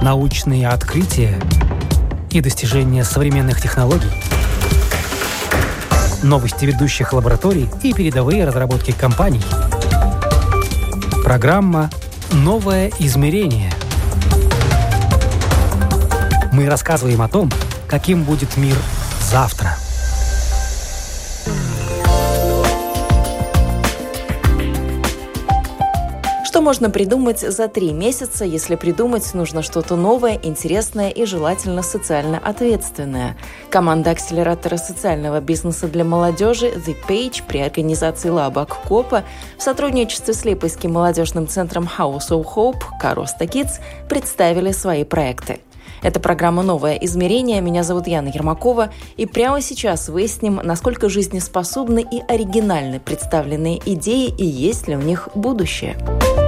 научные открытия и достижения современных технологий, новости ведущих лабораторий и передовые разработки компаний. Программа «Новое измерение». Мы рассказываем о том, каким будет мир завтра. Что можно придумать за 3 месяца, если придумать нужно что-то новое, интересное и желательно социально ответственное? Команда акселератора социального бизнеса для молодежи The Page при организации Лабак Копа в сотрудничестве с Липойским молодежным центром House of Hope Karosta Kids представили свои проекты. Это программа «Новое измерение». Меня зовут Яна Ермакова. И прямо сейчас выясним, насколько жизнеспособны и оригинальны представленные идеи и есть ли у них будущее.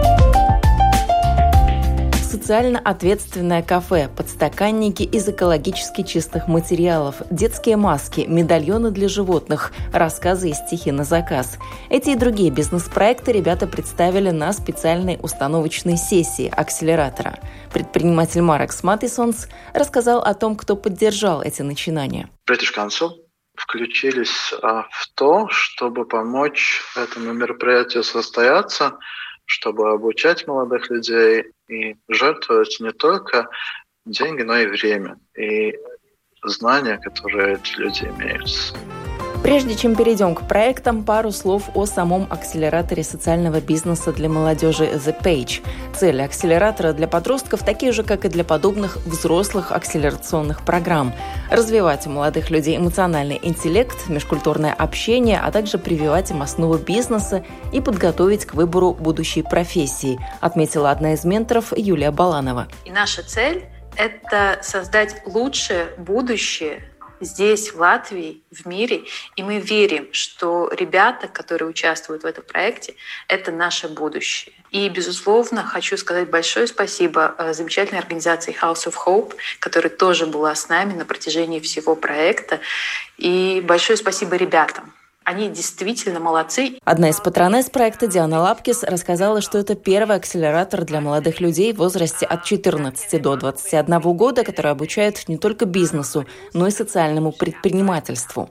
Социально ответственное кафе, подстаканники из экологически чистых материалов, детские маски, медальоны для животных, рассказы и стихи на заказ. Эти и другие бизнес-проекты ребята представили на специальной установочной сессии акселератора. Предприниматель Марекс Матисонс рассказал о том, кто поддержал эти начинания. British Council включились в то, чтобы помочь этому мероприятию состояться, чтобы обучать молодых людей и жертвовать не только деньги, но и время, и знания, которые эти люди имеют. Прежде чем перейдем к проектам, пару слов о самом акселераторе социального бизнеса для молодежи The Page. Цели акселератора для подростков такие же, как и для подобных взрослых акселерационных программ. Развивать у молодых людей эмоциональный интеллект, межкультурное общение, а также прививать им основы бизнеса и подготовить к выбору будущей профессии, отметила одна из менторов Юлия Баланова. И наша цель – это создать лучшее будущее здесь, в Латвии, в мире. И мы верим, что ребята, которые участвуют в этом проекте, это наше будущее. И, безусловно, хочу сказать большое спасибо замечательной организации House of Hope, которая тоже была с нами на протяжении всего проекта. И большое спасибо ребятам. Они действительно молодцы. Одна из патронесс проекта Диана Лапкис рассказала, что это первый акселератор для молодых людей в возрасте от 14 до 21 года, который обучает не только бизнесу, но и социальному предпринимательству.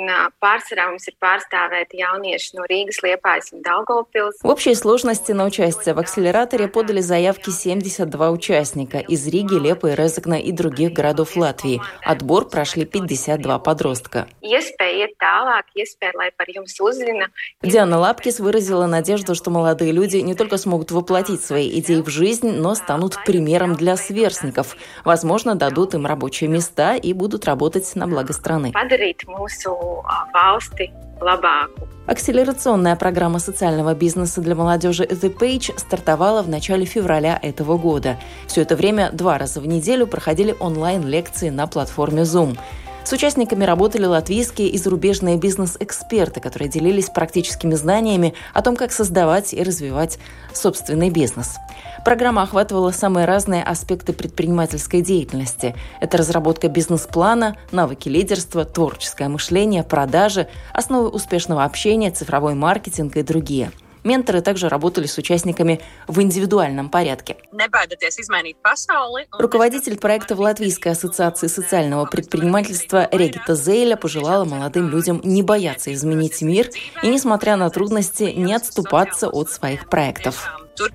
В общей сложности на участие в акселераторе подали заявки 72 участника из Риги, Лепы, Резекна и других городов Латвии. Отбор прошли 52 подростка. Диана Лапкис выразила надежду, что молодые люди не только смогут воплотить свои идеи в жизнь, но станут примером для сверстников. Возможно, дадут им рабочие места и будут работать на благо страны. Акселерационная программа социального бизнеса для молодежи The Page стартовала в начале февраля этого года. Все это время 2 раза в неделю проходили онлайн-лекции на платформе Zoom. С участниками работали латвийские и зарубежные бизнес-эксперты, которые делились практическими знаниями о том, как создавать и развивать собственный бизнес. Программа охватывала самые разные аспекты предпринимательской деятельности. Это разработка бизнес-плана, навыки лидерства, творческое мышление, продажи, основы успешного общения, цифровой маркетинг и другие. Менторы также работали с участниками в индивидуальном порядке. Руководитель проекта в Латвийской ассоциации социального предпринимательства Регита Зейля пожелала молодым людям не бояться изменить мир и, несмотря на трудности, не отступаться от своих проектов.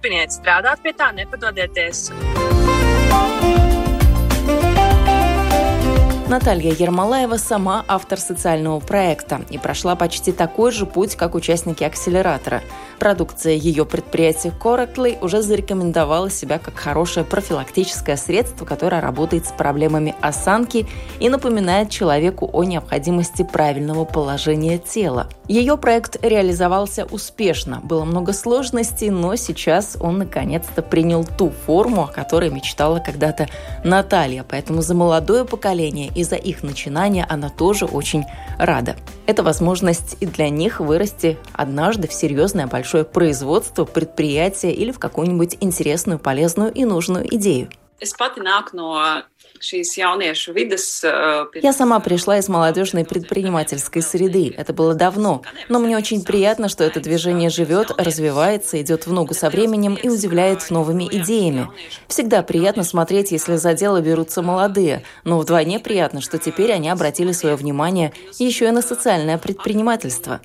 Наталья Ермолаева сама автор социального проекта и прошла почти такой же путь, как участники акселератора. Продукция ее предприятия Correctly уже зарекомендовала себя как хорошее профилактическое средство, которое работает с проблемами осанки и напоминает человеку о необходимости правильного положения тела. Ее проект реализовался успешно. Было много сложностей, но сейчас он наконец-то принял ту форму, о которой мечтала когда-то Наталья. Поэтому за молодое поколение и за их начинания она тоже очень рада. Это возможность и для них вырасти однажды в серьезное большое производство, предприятие или в какую-нибудь интересную, полезную и нужную идею. Я сама пришла из молодежной предпринимательской среды. Это было давно. Но мне очень приятно, что это движение живет, развивается, идет в ногу со временем и удивляет новыми идеями. Всегда приятно смотреть, если за дело берутся молодые. Но вдвойне приятно, что теперь они обратили свое внимание еще и на социальное предпринимательство.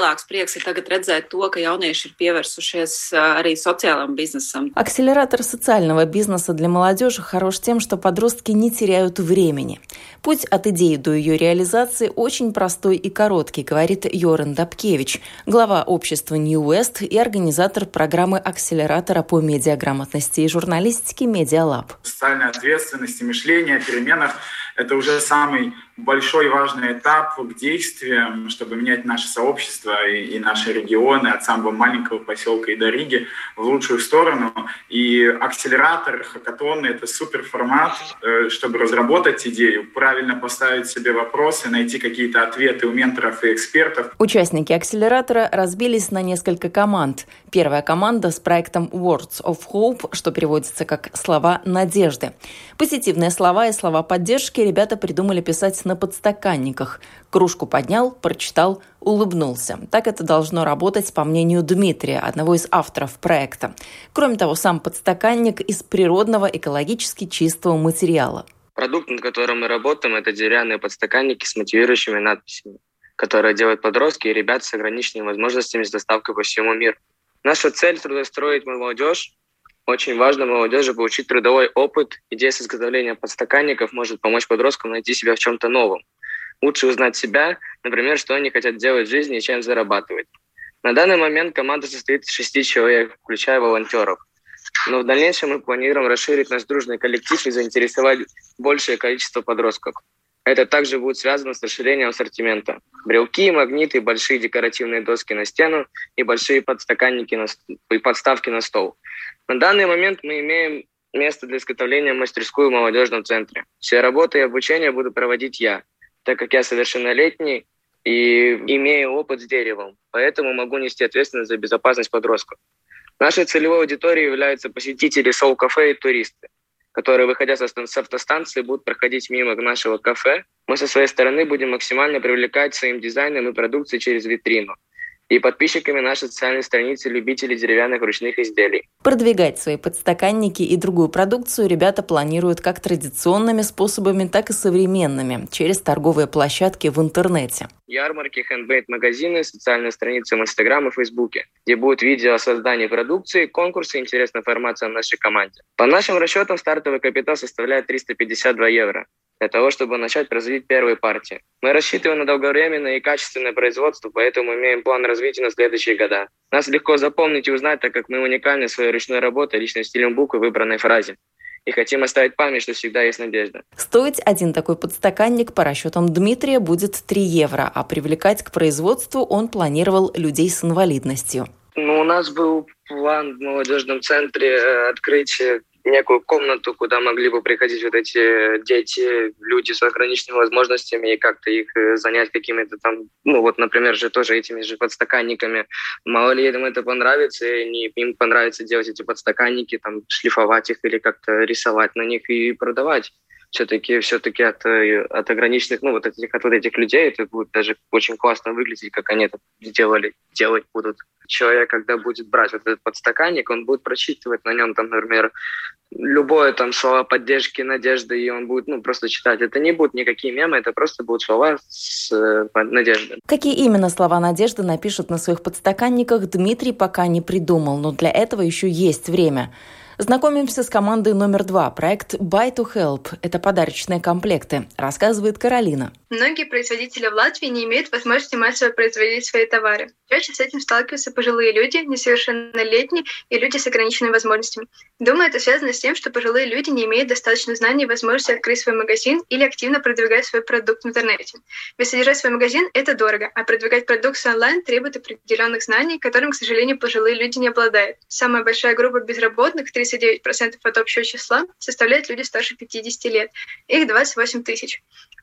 Акселератор социального бизнеса для молодежи хорош тем, что подростки не теряют времени. Путь от идеи до ее реализации очень простой и короткий, говорит Йоран Дабкевич, глава общества New West и организатор программы акселератора по медиаграмотности и журналистике Media Lab. Социальная ответственность и мышление о переменах – это уже самый большой и важный этап к действиям, чтобы менять наше сообщество и наши регионы от самого маленького поселка и до Риги в лучшую сторону. И акселератор, хакатоны – это суперформат, чтобы разработать идею, правильно поставить себе вопросы, найти какие-то ответы у менторов и экспертов. Участники акселератора разбились на несколько команд. Первая команда с проектом Words of Hope, что переводится как «слова надежды». Позитивные слова и слова поддержки ребята придумали писать на подстаканниках. Кружку поднял, прочитал, улыбнулся. Так это должно работать, по мнению Дмитрия, одного из авторов проекта. Кроме того, сам подстаканник из природного, экологически чистого материала. Продукт, над которым мы работаем, это деревянные подстаканники с мотивирующими надписями, которые делают подростки и ребята с ограниченными возможностями с доставкой по всему миру. Наша цель – трудоустроить молодежь. Очень важно молодежи получить трудовой опыт. Идея с изготовления подстаканников может помочь подросткам найти себя в чем-то новом. Лучше узнать себя, например, что они хотят делать в жизни и чем зарабатывать. На данный момент команда состоит из 6 человек, включая волонтеров. Но в дальнейшем мы планируем расширить наш дружный коллектив и заинтересовать большее количество подростков. Это также будет связано с расширением ассортимента. Брелки, магниты, большие декоративные доски на стену и большие подстаканники и подставки на стол. На данный момент мы имеем место для изготовления мастерскую в молодежном центре. Все работы и обучение буду проводить я, так как я совершеннолетний и имею опыт с деревом, поэтому могу нести ответственность за безопасность подростков. Нашей целевой аудиторией являются посетители шоу-кафе и туристы, которые, выходя с автостанции, будут проходить мимо нашего кафе. Мы со своей стороны будем максимально привлекать своим дизайном и продукцией через витрину. И подписчиками нашей социальной страницы любителей деревянных ручных изделий. Продвигать свои подстаканники и другую продукцию ребята планируют как традиционными способами, так и современными, через торговые площадки в интернете. Ярмарки, хендмейд-магазины, социальные страницы в Инстаграм и Фейсбуке, где будут видео о создании продукции, конкурсы и интересная информация о нашей команде. По нашим расчетам, стартовый капитал составляет 352 евро. Для того, чтобы начать производить первые партии. Мы рассчитываем на долговременное и качественное производство, поэтому имеем план развития на следующие года. Нас легко запомнить и узнать, так как мы уникальны своей ручной работой, личным стилем букв и выбранной фразе. И хотим оставить память, что всегда есть надежда. Стоить один такой подстаканник, по расчетам Дмитрия, будет 3 евро, а привлекать к производству он планировал людей с инвалидностью. У нас был план в молодежном центре открыть некую комнату, куда могли бы приходить вот эти дети, люди с ограниченными возможностями, и как-то их занять какими-то там, например, тоже этими же подстаканниками. Мало ли им это понравится, и им понравится делать эти подстаканники, там, шлифовать их или как-то рисовать на них и продавать. Все-таки от ограниченных, от этих людей это будет даже очень классно выглядеть, как они это делать будут. Человек, когда будет брать вот этот подстаканник, он будет прочитывать на нем, там, например, любое там слова поддержки, надежды, и он будет просто читать. Это не будут никакие мемы, это просто будут слова с надеждой. Какие именно слова надежды напишут на своих подстаканниках, Дмитрий пока не придумал, но для этого еще есть время. Знакомимся с командой номер 2. Проект Buy to Help. Это подарочные комплекты, рассказывает Каролина. Многие производители в Латвии не имеют возможности массово производить свои товары. Чаще с этим сталкиваются пожилые люди, несовершеннолетние и люди с ограниченными возможностями. Думаю, это связано с тем, что пожилые люди не имеют достаточно знаний и возможности открыть свой магазин или активно продвигать свой продукт в интернете. Ведь содержать свой магазин – это дорого, а продвигать продукцию онлайн требует определенных знаний, которым, к сожалению, пожилые люди не обладают. Самая большая группа безработных, 39% от общего числа, составляют люди старше 50 лет. Их 28 тысяч.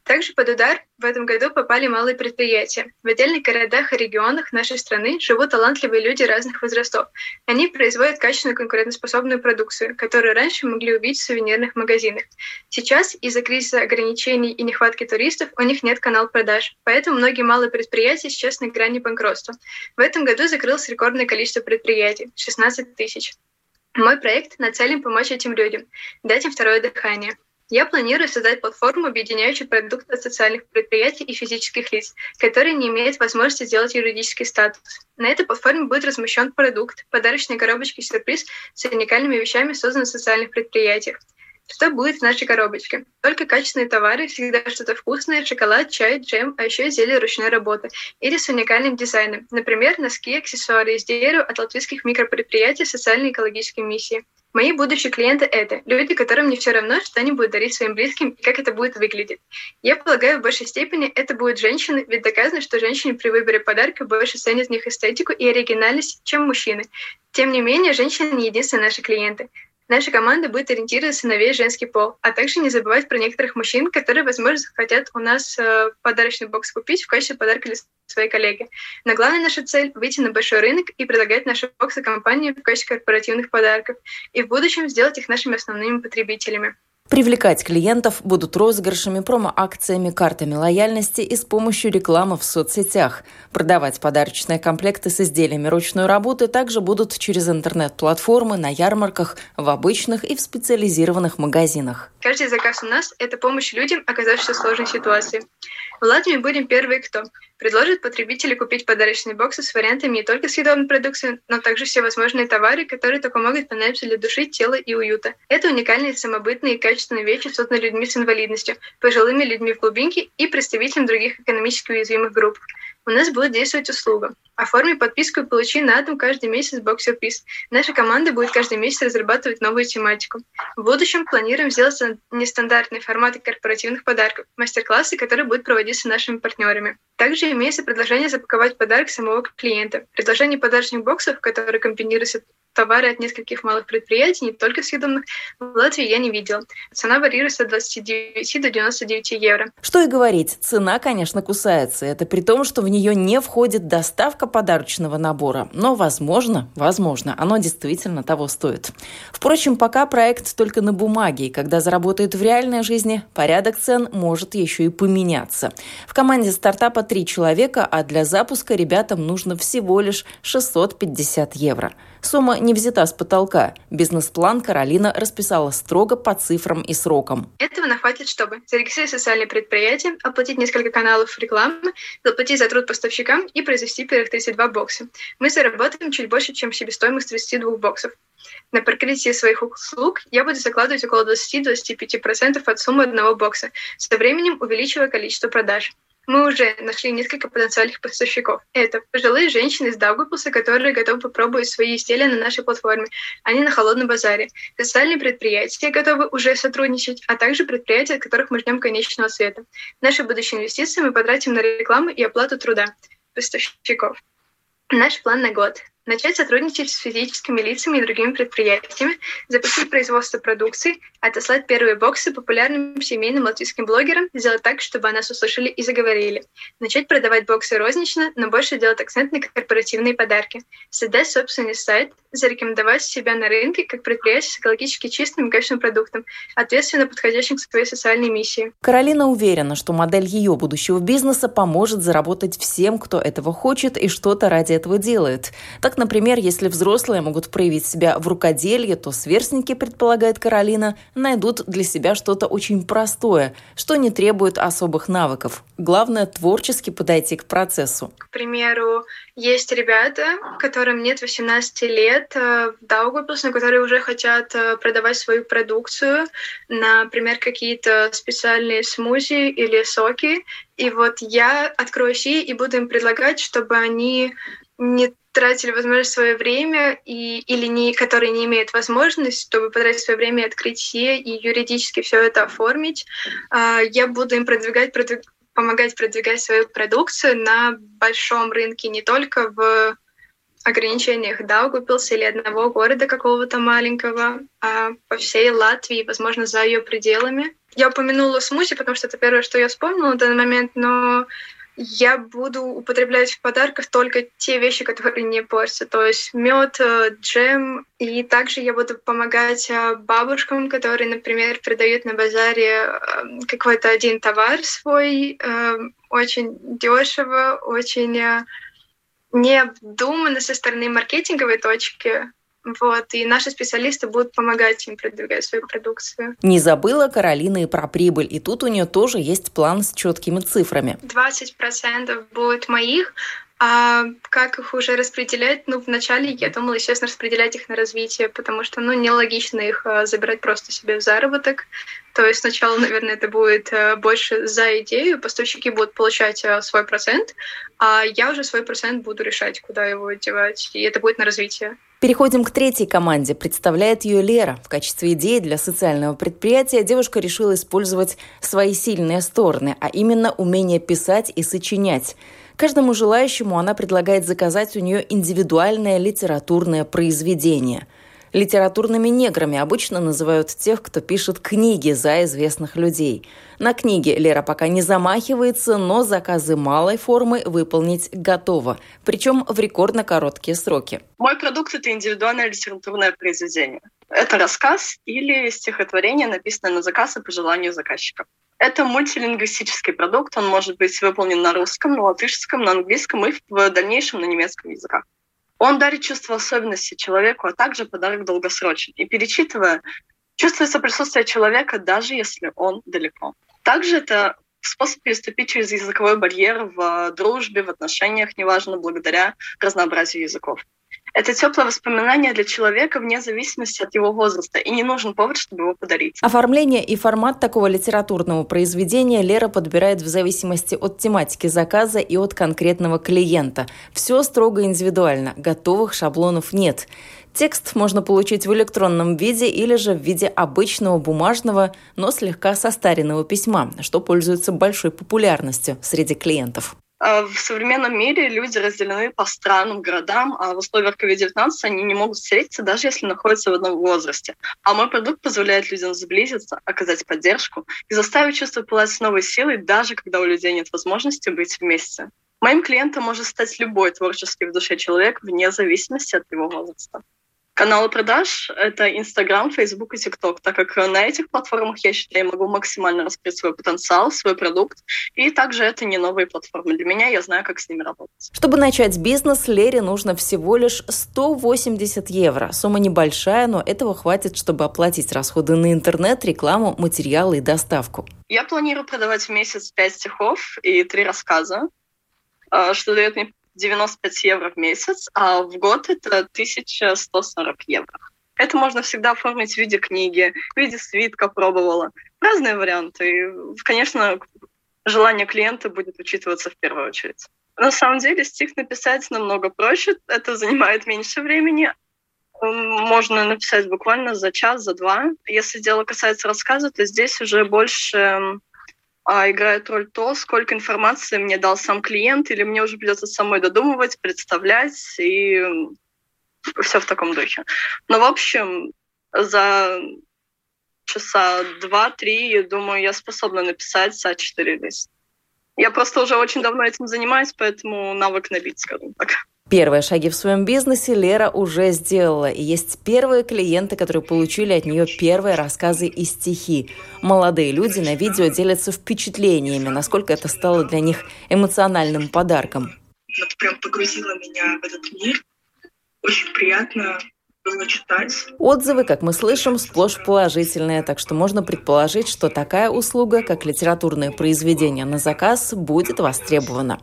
Также под удар в этом году попали малые предприятия. В отдельных городах и регионах нашей страны живут талантливые люди разных возрастов. Они производят качественную конкурентоспособную продукцию, которую раньше могли увидеть в сувенирных магазинах. Сейчас из-за кризиса ограничений и нехватки туристов у них нет канала продаж, поэтому многие малые предприятия сейчас на грани банкротства. В этом году закрылось рекордное количество предприятий – 16 тысяч. Мой проект нацелен помочь этим людям, дать им второе дыхание. Я планирую создать платформу, объединяющую продукты от социальных предприятий и физических лиц, которые не имеют возможности сделать юридический статус. На этой платформе будет размещен продукт, подарочные коробочки сюрприз с уникальными вещами, созданными в социальных предприятиях. Что будет в нашей коробочке? Только качественные товары, всегда что-то вкусное, шоколад, чай, джем, а еще изделия ручной работы. Или с уникальным дизайном. Например, носки, аксессуары из дерева от латвийских микропредприятий социальной и экологической миссии. Мои будущие клиенты — это люди, которым не все равно, что они будут дарить своим близким и как это будет выглядеть. Я полагаю, в большей степени это будут женщины, ведь доказано, что женщины при выборе подарка больше ценят в них эстетику и оригинальность, чем мужчины. Тем не менее, женщины не единственные наши клиенты. Наша команда будет ориентироваться на весь женский пол, а также не забывать про некоторых мужчин, которые, возможно, захотят у нас подарочный бокс купить в качестве подарка для своей коллеги. Но главная наша цель — выйти на большой рынок и предлагать наши боксы компании в качестве корпоративных подарков и в будущем сделать их нашими основными потребителями. Привлекать клиентов будут розыгрышами, промо-акциями, картами лояльности и с помощью рекламы в соцсетях. Продавать подарочные комплекты с изделиями ручной работы также будут через интернет-платформы, на ярмарках, в обычных и в специализированных магазинах. Каждый заказ у нас — это помощь людям, оказавшимся в сложной ситуации. В Латвии будем первые, кто предложит потребителю купить подарочные боксы с вариантами не только съедобной продукции, но также все возможные товары, которые только могут понадобиться для души, тела и уюта. Это уникальные, самобытные и качественные вещи, созданные людьми с инвалидностью, пожилыми людьми в глубинке и представителями других экономически уязвимых групп. У нас будет действовать услуга. Оформи подписку и получи на дом каждый месяц бокс-сюрприз. Наша команда будет каждый месяц разрабатывать новую тематику. В будущем планируем сделать нестандартные форматы корпоративных подарков, мастер-классы, которые будут проводиться нашими партнерами. Также имеется предложение запаковать подарок самого клиента. Предложение подарочных боксов, которые комбинируются товары от нескольких малых предприятий, не только съедобных, в Латвии я не видела. Цена варьируется от 29 до 99 евро. Что и говорить, цена, конечно, кусается. Это при том, что в нее не входит доставка подарочного набора. Но, возможно, оно действительно того стоит. Впрочем, пока проект только на бумаге, и когда заработает в реальной жизни, порядок цен может еще и поменяться. В команде стартапа 3 человека, а для запуска ребятам нужно всего лишь 650 евро. Сумма не взята с потолка. Бизнес-план Каролина расписала строго по цифрам и срокам. Этого нам хватит, чтобы зарегистрировать социальное предприятие, оплатить несколько каналов рекламы, заплатить за труд поставщикам и произвести первых 32 бокса. Мы заработаем чуть больше, чем себестоимость 32 боксов. На покрытие своих услуг я буду закладывать около 20-25% от суммы одного бокса, со временем увеличивая количество продаж. Мы уже нашли несколько потенциальных поставщиков. Это пожилые женщины из Даугавпилса, которые готовы попробовать свои изделия на нашей платформе. Они на холодном базаре. Социальные предприятия готовы уже сотрудничать, а также предприятия, от которых мы ждем конечного света. Наши будущие инвестиции мы потратим на рекламу и оплату труда поставщиков. Наш план на год. Начать сотрудничать с физическими лицами и другими предприятиями, запустить производство продукции, отослать первые боксы популярным семейным латвийским блогерам, сделать так, чтобы о нас услышали и заговорили. Начать продавать боксы рознично, но больше делать акцент на корпоративные подарки. Создать собственный сайт, зарекомендовать себя на рынке как предприятие с экологически чистым и качественным продуктом, ответственно подходящим к своей социальной миссии. Каролина уверена, что модель ее будущего бизнеса поможет заработать всем, кто этого хочет и что-то ради этого делает. Так, например, если взрослые могут проявить себя в рукоделии, то сверстники, предполагает Каролина, найдут для себя что-то очень простое, что не требует особых навыков. Главное – творчески подойти к процессу. К примеру, есть ребята, которым нет 18 лет в Даугавпилсе, которые уже хотят продавать свою продукцию, например, какие-то специальные смузи или соки. И вот я открою СИ и буду им предлагать, чтобы они не тратили, возможно, свое время, которые не имеют возможности, чтобы потратить свое время и открыть СИ и юридически все это оформить. Я буду им помогать продвигать свою продукцию на большом рынке, не только в ограничениях Даугавпилса или одного города какого-то маленького, а по всей Латвии, возможно, за ее пределами. Я упомянула смузи, потому что это первое, что я вспомнила в данный момент, но я буду употреблять в подарках только те вещи, которые не портятся, то есть мед, джем. И также я буду помогать бабушкам, которые, например, продают на базаре какой-то один товар свой, очень дешево, очень необдуманно со стороны маркетинговой точки. И наши специалисты будут помогать им продвигать свою продукцию. Не забыла Каролина и про прибыль, и тут у нее тоже есть план с четкими цифрами. 20% будет моих, а как их уже распределять? Вначале я думала, естественно, распределять их на развитие, потому что, нелогично их забирать просто себе в заработок. То есть сначала, наверное, это будет больше за идею, поставщики будут получать свой процент, а я уже свой процент буду решать, куда его девать, и это будет на развитие. Переходим к третьей команде. Представляет ее Лера. В качестве идеи для социального предприятия девушка решила использовать свои сильные стороны, а именно умение писать и сочинять. Каждому желающему она предлагает заказать у нее индивидуальное литературное произведение. Литературными неграми обычно называют тех, кто пишет книги за известных людей. На книги Лера пока не замахивается, но заказы малой формы выполнить готова, причем в рекордно короткие сроки. Мой продукт – это индивидуальное литературное произведение. Это рассказ или стихотворение, написанное на заказ и по желанию заказчика. Это мультилингвистический продукт, он может быть выполнен на русском, на латышском, на английском и в дальнейшем на немецком языках. Он дарит чувство особенности человеку, а также подарок долгосрочный. И перечитывая, чувствуется присутствие человека, даже если он далеко. Также это способ переступить через языковой барьер в дружбе, в отношениях, неважно, благодаря разнообразию языков. Это теплое воспоминание для человека вне зависимости от его возраста, и не нужен повод, чтобы его подарить. Оформление и формат такого литературного произведения Лера подбирает в зависимости от тематики заказа и от конкретного клиента. Все строго индивидуально, готовых шаблонов нет. Текст можно получить в электронном виде или же в виде обычного бумажного, но слегка состаренного письма, что пользуется большой популярностью среди клиентов. В современном мире люди разделены по странам, городам, а в условиях COVID-19 они не могут встретиться, даже если находятся в одном возрасте. А мой продукт позволяет людям сблизиться, оказать поддержку и заставить чувство пылать с новой силой, даже когда у людей нет возможности быть вместе. Моим клиентом может стать любой творческий в душе человек, вне зависимости от его возраста. Каналы продаж — это Instagram, Facebook и TikTok, так как на этих платформах, я считаю, я могу максимально раскрыть свой потенциал, свой продукт. И также это не новые платформы для меня, я знаю, как с ними работать. Чтобы начать бизнес, Лере нужно всего лишь 180 евро. Сумма небольшая, но этого хватит, чтобы оплатить расходы на интернет, рекламу, материалы и доставку. Я планирую продавать в месяц 5 стихов и 3 рассказа, что дает мне 95 евро в месяц, а в год это 1140 евро. Это можно всегда оформить в виде книги, в виде свитка, пробовала. Разные варианты. И, конечно, желание клиента будет учитываться в первую очередь. На самом деле стих написать намного проще, это занимает меньше времени. Можно написать буквально за час, за два. Если дело касается рассказа, то здесь уже больше играет роль то, сколько информации мне дал сам клиент, или мне уже придется самой додумывать, представлять, и все в таком духе. Но, в общем, за часа 2-3, думаю, я способна написать А4 лист. Я просто уже очень давно этим занимаюсь, поэтому навык набить, скажем так. Первые шаги в своем бизнесе Лера уже сделала. И есть первые клиенты, которые получили от нее первые рассказы и стихи. Молодые люди на видео делятся впечатлениями, насколько это стало для них эмоциональным подарком. Вот прям погрузила меня в этот мир. Очень приятно было читать. Отзывы, как мы слышим, сплошь положительные, так что можно предположить, что такая услуга, как литературное произведение на заказ, будет востребована.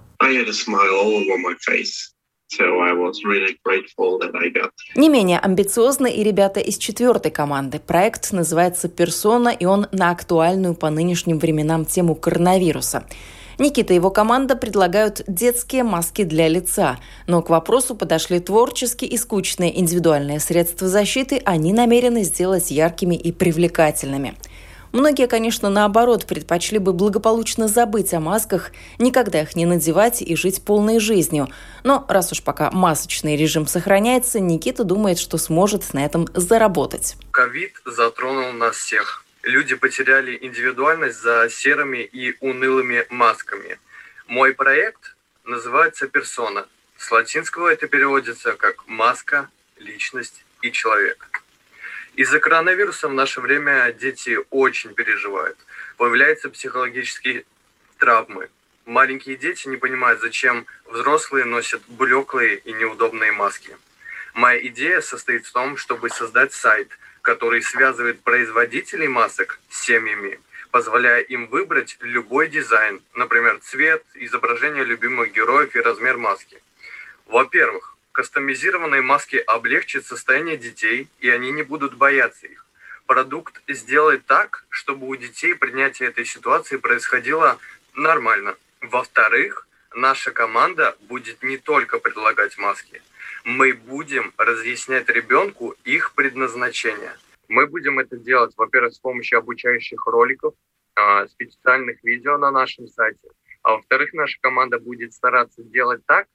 Не менее амбициозны и ребята из 4-й команды. Проект называется «Персона», и он на актуальную по нынешним временам тему коронавируса. Никита и его команда предлагают детские маски для лица, но к вопросу подошли творчески и скучные индивидуальные средства защиты они намерены сделать яркими и привлекательными. Многие, конечно, наоборот, предпочли бы благополучно забыть о масках, никогда их не надевать и жить полной жизнью. Но раз уж пока масочный режим сохраняется, Никита думает, что сможет на этом заработать. Ковид затронул нас всех. Люди потеряли индивидуальность за серыми и унылыми масками. Мой проект называется «Персона». С латинского это переводится как «маска», «личность» и «человек». Из-за коронавируса в наше время дети очень переживают. Появляются психологические травмы. Маленькие дети не понимают, зачем взрослые носят блеклые и неудобные маски. Моя идея состоит в том, чтобы создать сайт, который связывает производителей масок с семьями, позволяя им выбрать любой дизайн, например, цвет, изображение любимых героев и размер маски. Во-первых, кастомизированные маски облегчат состояние детей, и они не будут бояться их. Продукт сделает так, чтобы у детей принятие этой ситуации происходило нормально. Во-вторых, наша команда будет не только предлагать маски. Мы будем разъяснять ребенку их предназначение. Мы будем это делать, во-первых, с помощью обучающих роликов, специальных видео на нашем сайте. А во-вторых, наша команда будет стараться делать так,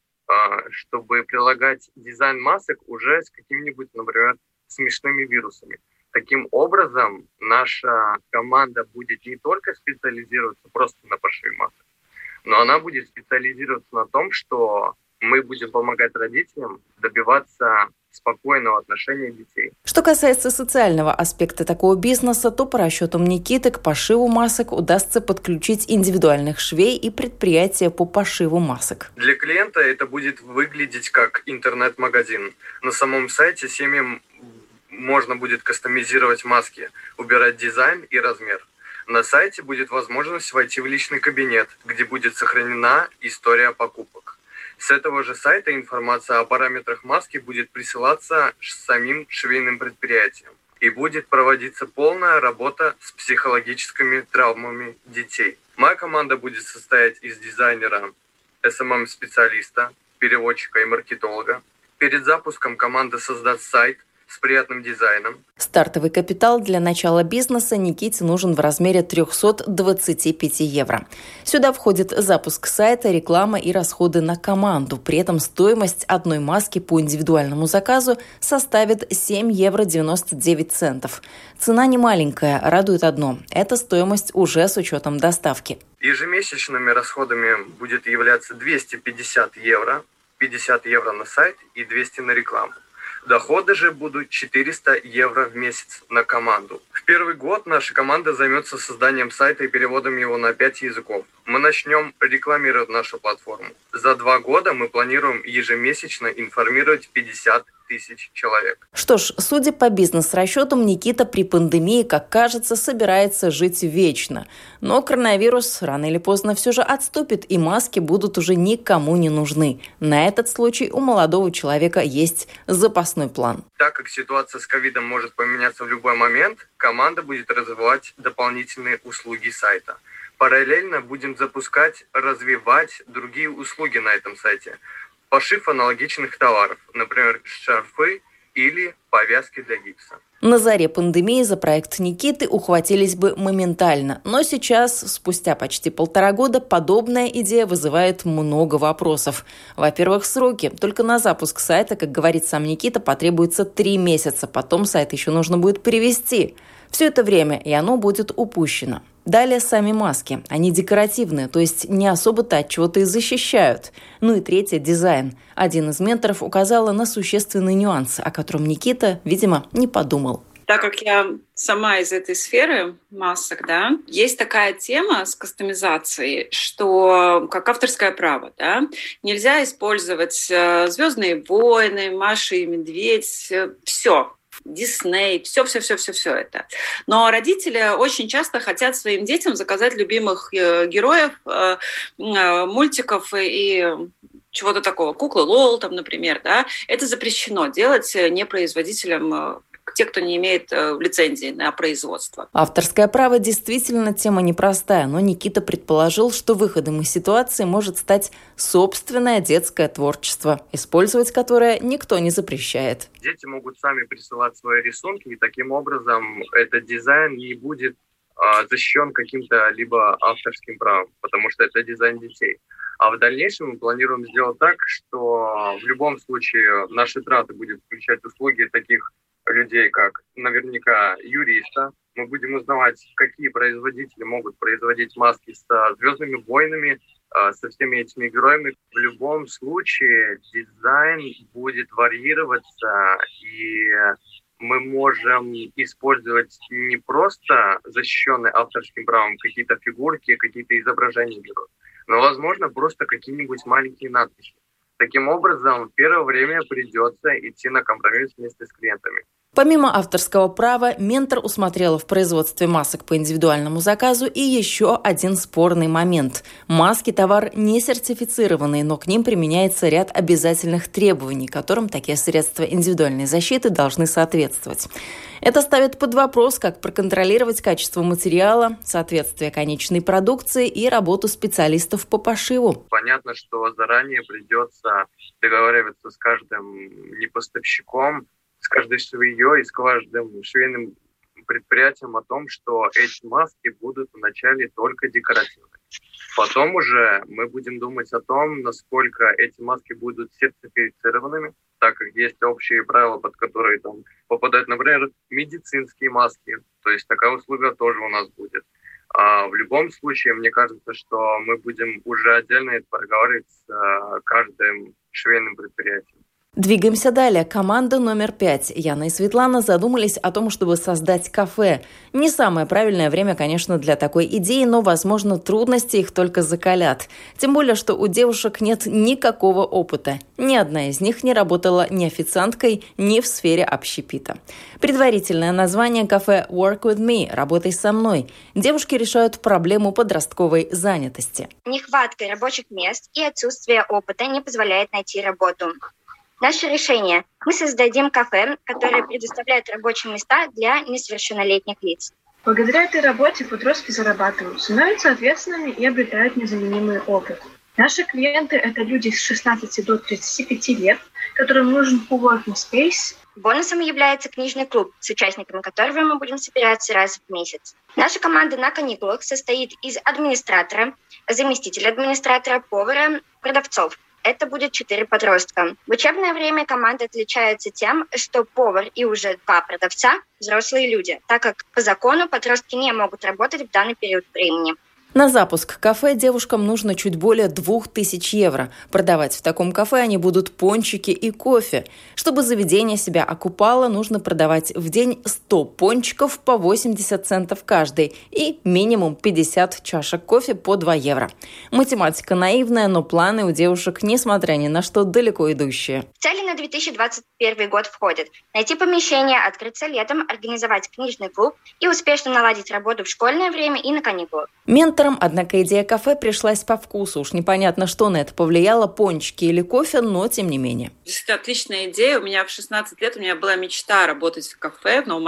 чтобы прилагать дизайн масок уже с какими-нибудь, например, смешными вирусами. Таким образом, наша команда будет не только специализироваться просто на пошиве масок, но она будет специализироваться на том, что мы будем помогать родителям добиваться спокойного отношения детей. Что касается социального аспекта такого бизнеса, то по расчетам Никиты к пошиву масок удастся подключить индивидуальных швей и предприятия по пошиву масок. Для клиента это будет выглядеть как интернет-магазин. На самом сайте семьям можно будет кастомизировать маски, убирать дизайн и размер. На сайте будет возможность войти в личный кабинет, где будет сохранена история покупок. С этого же сайта информация о параметрах маски будет присылаться самим швейным предприятиям. И будет проводиться полная работа с психологическими травмами детей. Моя команда будет состоять из дизайнера, SMM-специалиста, переводчика и маркетолога. Перед запуском команда создаст сайт с приятным дизайном. Стартовый капитал для начала бизнеса Никите нужен в размере 325 евро. Сюда входит запуск сайта, реклама и расходы на команду. При этом стоимость одной маски по индивидуальному заказу составит 7 евро 99 центов. Цена не маленькая, радует одно – это стоимость уже с учетом доставки. Ежемесячными расходами будет являться 250 евро, 50 евро на сайт и 200 на рекламу. Доходы же будут 400 евро в месяц на команду. В первый год наша команда займется созданием сайта и переводом его на 5 языков. Мы начнем рекламировать нашу платформу. За 2 года мы планируем ежемесячно информировать 50 тысяч человек. Что ж, судя по бизнес-расчетам, Никита при пандемии, как кажется, собирается жить вечно. Но коронавирус рано или поздно все же отступит, и маски будут уже никому не нужны. На этот случай у молодого человека есть запасной план. Так как ситуация с ковидом может поменяться в любой момент, команда будет развивать дополнительные услуги сайта. Параллельно будем запускать, развивать другие услуги на этом сайте. Пошив аналогичных товаров, например, шарфы или повязки для гипса. На заре пандемии за проект Никиты ухватились бы моментально. Но сейчас, спустя почти 1,5 года, подобная идея вызывает много вопросов. Во-первых, сроки. Только на запуск сайта, как говорит сам Никита, потребуется 3 месяца. Потом сайт еще нужно будет перевести. Все это время, и оно будет упущено. Далее сами маски. Они декоративные, то есть не особо-то от чего-то и защищают. Ну и третье – дизайн. Один из менторов указала на существенный нюанс, о котором Никита, видимо, не подумал. Так как я сама из этой сферы масок, да, есть такая тема с кастомизацией, что как авторское право, да, нельзя использовать «Звездные войны», «Маша и Медведь», все. Дисней, все это. Но родители очень часто хотят своим детям заказать любимых героев, мультиков и чего-то такого. Куклы Лол, там, например, да. Это запрещено делать не производителям, те, кто не имеет лицензии на производство. Авторское право действительно тема непростая, но Никита предположил, что выходом из ситуации может стать собственное детское творчество, использовать которое никто не запрещает. Дети могут сами присылать свои рисунки, и таким образом этот дизайн не будет защищен каким-то либо авторским правом, потому что это дизайн детей. А в дальнейшем мы планируем сделать так, что в любом случае наши траты будут включать услуги таких людей, как наверняка юриста. Мы будем узнавать, какие производители могут производить маски со «Звездными войнами», со всеми этими героями. В любом случае дизайн будет варьироваться, и мы можем использовать не просто защищенные авторским правом какие-то фигурки, какие-то изображения героев, но, возможно, просто какие-нибудь маленькие надписи. Таким образом, в первое время придется идти на компромисс вместе с клиентами. Помимо авторского права, Ментор усмотрела в производстве масок по индивидуальному заказу и еще один спорный момент. Маски – товар не сертифицированный, но к ним применяется ряд обязательных требований, которым такие средства индивидуальной защиты должны соответствовать. Это ставит под вопрос, как проконтролировать качество материала, соответствие конечной продукции и работу специалистов по пошиву. Понятно, что заранее придется договариваться с каждым непоставщиком, с каждой швеей и с каждым швейным предприятием о том, что эти маски будут вначале только декоративными. Потом уже мы будем думать о том, насколько эти маски будут сертифицированными, так как есть общие правила, под которые там попадают, например, медицинские маски. То есть такая услуга тоже у нас будет. А в любом случае, мне кажется, что мы будем уже отдельно это проговаривать с каждым швейным предприятием. Двигаемся далее. Команда номер 5. Яна и Светлана задумались о том, чтобы создать кафе. Не самое правильное время, конечно, для такой идеи, но, возможно, трудности их только закалят. Тем более, что у девушек нет никакого опыта. Ни одна из них не работала ни официанткой, ни в сфере общепита. Предварительное название кафе «Work with me» – «Работай со мной». Девушки решают проблему подростковой занятости. Нехватка рабочих мест и отсутствие опыта не позволяет найти работу. Наше решение – мы создадим кафе, которое предоставляет рабочие места для несовершеннолетних лиц. Благодаря этой работе подростки зарабатывают, становятся ответственными и обретают незаменимый опыт. Наши клиенты – это люди с 16 до 35 лет, которым нужен coworking space. Бонусом является книжный клуб, с участниками которого мы будем собираться раз в месяц. Наша команда на каникулах состоит из администратора, заместителя администратора, повара, продавцов. Это будет 4 подростка. В учебное время команда отличается тем, что повар и уже 2 продавца – взрослые люди, так как по закону подростки не могут работать в данный период времени. На запуск кафе девушкам нужно чуть более 2000 евро. Продавать в таком кафе они будут пончики и кофе. Чтобы заведение себя окупало, нужно продавать в день 100 пончиков по 80 центов каждый и минимум 50 чашек кофе по 2 евро. Математика наивная, но планы у девушек, несмотря ни на что, далеко идущие. Цели на 2021 год входят: найти помещение, открыться летом, организовать книжный клуб и успешно наладить работу в школьное время и на каникулах. Менторам, однако, идея кафе пришлась по вкусу. Уж непонятно, что на это повлияло, пончики или кофе, но тем не менее. Это отличная идея. У меня в 16 лет была мечта работать в кафе, но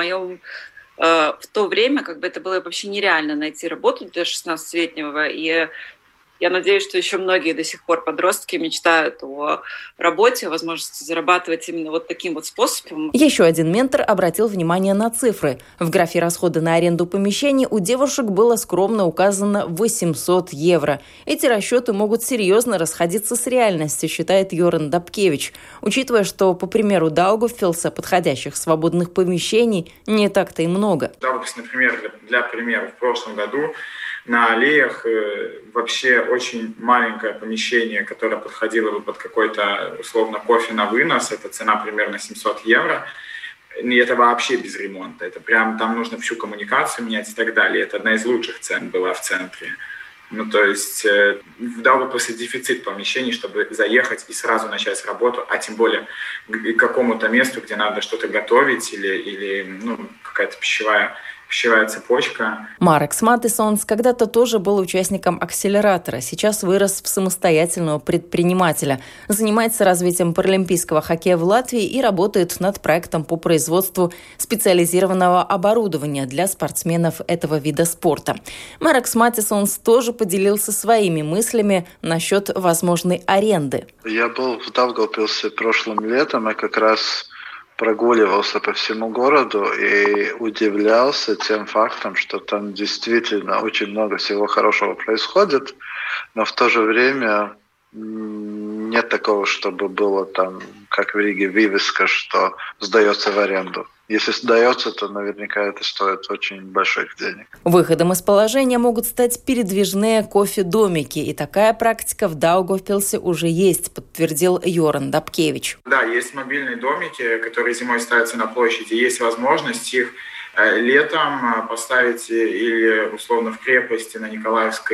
в то время это было вообще нереально найти работу для 16-летнего. И я надеюсь, что еще многие до сих пор подростки мечтают о работе, о возможности зарабатывать именно таким способом. Еще один ментор обратил внимание на цифры. В графе расходы на аренду помещений у девушек было скромно указано 800 евро. Эти расчеты могут серьезно расходиться с реальностью, считает Йоран Дабкевич, учитывая, что, по примеру Даугавпилса, подходящих свободных помещений не так-то и много. Например, для примера, в прошлом году на аллеях вообще очень маленькое помещение, которое подходило бы под какой-то, условно, кофе на вынос. Это цена примерно 700 евро. И это вообще без ремонта. Это прям там нужно всю коммуникацию менять и так далее. Это одна из лучших цен была в центре. То есть в Даугавпилсе дефицит помещений, чтобы заехать и сразу начать работу, а тем более к какому-то месту, где надо что-то готовить или какая-то пищевая цепочка. Марекс Матисонс когда-то тоже был участником акселератора, сейчас вырос в самостоятельного предпринимателя, занимается развитием паралимпийского хоккея в Латвии и работает над проектом по производству специализированного оборудования для спортсменов этого вида спорта. Марекс Матисонс тоже поделился своими мыслями насчет возможной аренды. Я был в Даугавпилсе прошлым летом и как раз прогуливался по всему городу и удивлялся тем фактом, что там действительно очень много всего хорошего происходит, но в то же время нет такого, чтобы было там, как в Риге, вывеска, что сдается в аренду. Если сдается, то наверняка это стоит очень больших денег. Выходом из положения могут стать передвижные кофе-домики. И такая практика в Даугавпилсе уже есть, подтвердил Йоран Дабкевич. Да, есть мобильные домики, которые зимой ставятся на площади. Есть возможность их летом поставить или условно в крепости на Николаевской,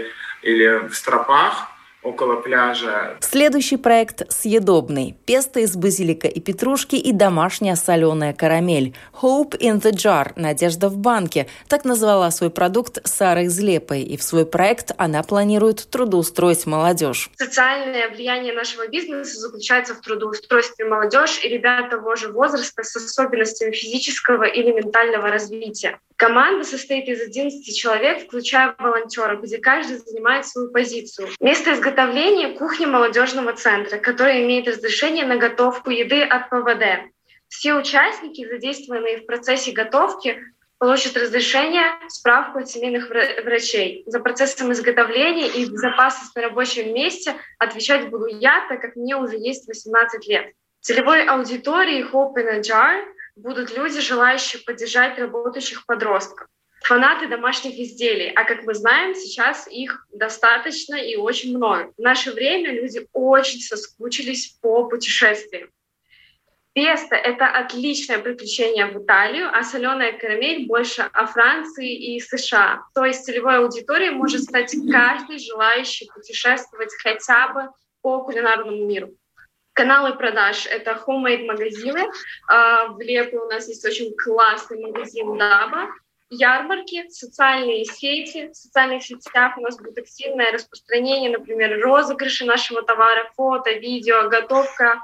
или в Стропах, около пляжа. Следующий проект съедобный. Песто из базилика и петрушки и домашняя соленая карамель. Hope in the jar – надежда в банке. Так назвала свой продукт Сара из Лепой. И в свой проект она планирует трудоустроить молодежь. Социальное влияние нашего бизнеса заключается в трудоустройстве молодежи и ребят того же возраста с особенностями физического или ментального развития. Команда состоит из 11 человек, включая волонтеров, где каждый занимает свою позицию. Место изготовления – кухня молодежного центра, которая имеет разрешение на готовку еды от ПВД. Все участники, задействованные в процессе готовки, получат разрешение, справку от семейных врачей. За процессом изготовления и безопасность на рабочем месте отвечать буду я, так как мне уже есть 18 лет. Целевой аудиторией Hope in a Jar будут люди, желающие поддержать работающих подростков, фанаты домашних изделий. А как мы знаем, сейчас их достаточно и очень много. В наше время люди очень соскучились по путешествиям. Песто – это отличное приключение в Италию, а соленая карамель больше о Франции и США. То есть целевой аудиторией может стать каждый желающий путешествовать хотя бы по кулинарному миру. Каналы продаж – это homemade-магазины. В Лепе у нас есть очень классный магазин Даба. Ярмарки, социальные сети. В социальных сетях у нас будет активное распространение, например, розыгрыши нашего товара, фото, видео, готовка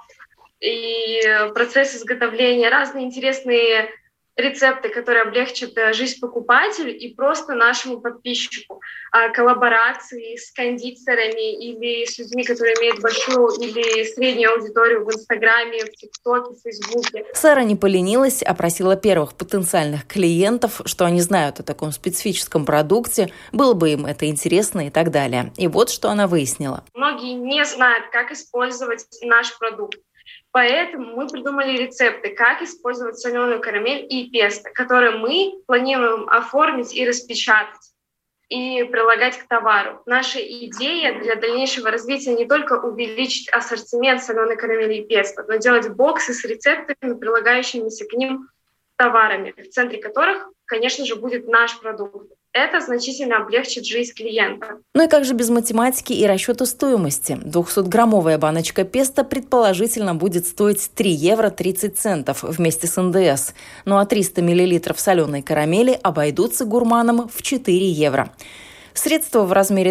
и процесс изготовления, разные интересные рецепты, которые облегчат жизнь покупателю и просто нашему подписчику. Коллаборации с кондитерами или с людьми, которые имеют большую или среднюю аудиторию в Инстаграме, в ТикТоке, в Фейсбуке. Сара не поленилась, опросила первых потенциальных клиентов, что они знают о таком специфическом продукте, было бы им это интересно и так далее. И вот что она выяснила. Многие не знают, как использовать наш продукт. Поэтому мы придумали рецепты, как использовать соленую карамель и песто, которые мы планируем оформить и распечатать, и прилагать к товару. Наша идея для дальнейшего развития не только увеличить ассортимент соленой карамели и песто, но делать боксы с рецептами, прилагающимися к ним товарами, в центре которых, конечно же, будет наш продукт. Это значительно облегчит жизнь клиента. Ну и как же без математики и расчета стоимости? 200-граммовая баночка песто предположительно будет стоить 3 евро 30 центов вместе с НДС. Ну а 300 миллилитров соленой карамели обойдутся гурманам в 4 евро. Средства в размере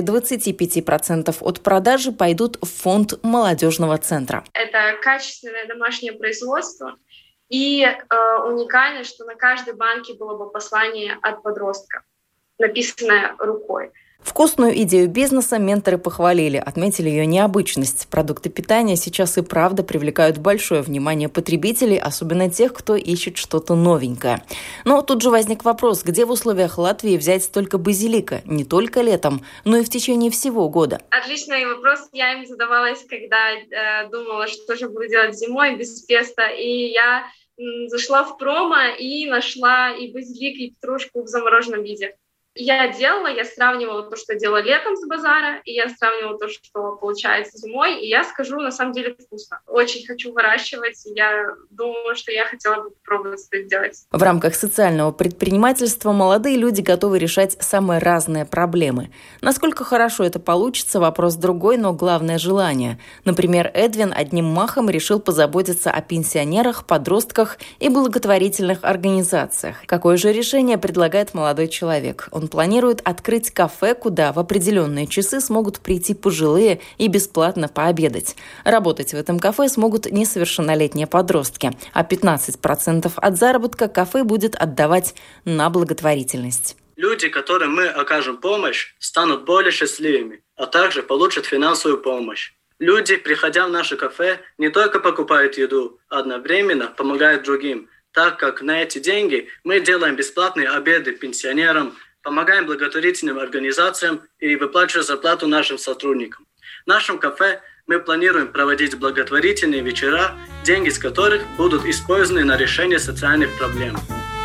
25% от продажи пойдут в фонд молодежного центра. Это качественное домашнее производство. И уникально, что на каждой банке было бы послание от подростка, написанное рукой. Вкусную идею бизнеса менторы похвалили, отметили ее необычность. Продукты питания сейчас и правда привлекают большое внимание потребителей, особенно тех, кто ищет что-то новенькое. Но тут же возник вопрос, где в условиях Латвии взять столько базилика, не только летом, но и в течение всего года? Отличный вопрос. Я им задавалась, когда думала, что же буду делать зимой без песто. И я зашла в промо и нашла и базилик, и петрушку в замороженном виде. Я сравнивала то, что делала летом с базара, и я сравнивала то, что получается зимой, и я скажу, на самом деле вкусно. Очень хочу выращивать, и я думаю, что я хотела бы попробовать это сделать. В рамках социального предпринимательства молодые люди готовы решать самые разные проблемы. Насколько хорошо это получится, вопрос другой, но главное – желание. Например, Эдвин одним махом решил позаботиться о пенсионерах, подростках и благотворительных организациях. Какое же решение предлагает молодой человек? Он планирует открыть кафе, куда в определенные часы смогут прийти пожилые и бесплатно пообедать. Работать в этом кафе смогут несовершеннолетние подростки, а 15% от заработка кафе будет отдавать на благотворительность. Люди, которым мы окажем помощь, станут более счастливыми, а также получат финансовую помощь. Люди, приходя в наше кафе, не только покупают еду, а одновременно помогают другим, так как на эти деньги мы делаем бесплатные обеды пенсионерам, помогаем благотворительным организациям и выплачиваем зарплату нашим сотрудникам. В нашем кафе Мы планируем проводить благотворительные вечера, деньги с которых будут использованы на решение социальных проблем.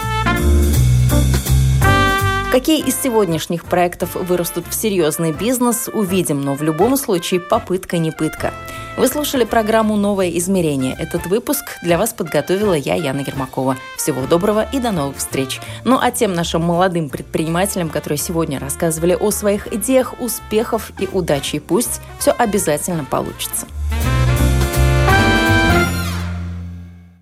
Какие из сегодняшних проектов вырастут в серьезный бизнес, увидим, но в любом случае попытка не пытка. Вы слушали программу «Новое измерение». Этот выпуск для вас подготовила я, Яна Ермакова. Всего доброго и до новых встреч. Ну а тем нашим молодым предпринимателям, которые сегодня рассказывали о своих идеях, успехах и удачи, пусть все обязательно получится.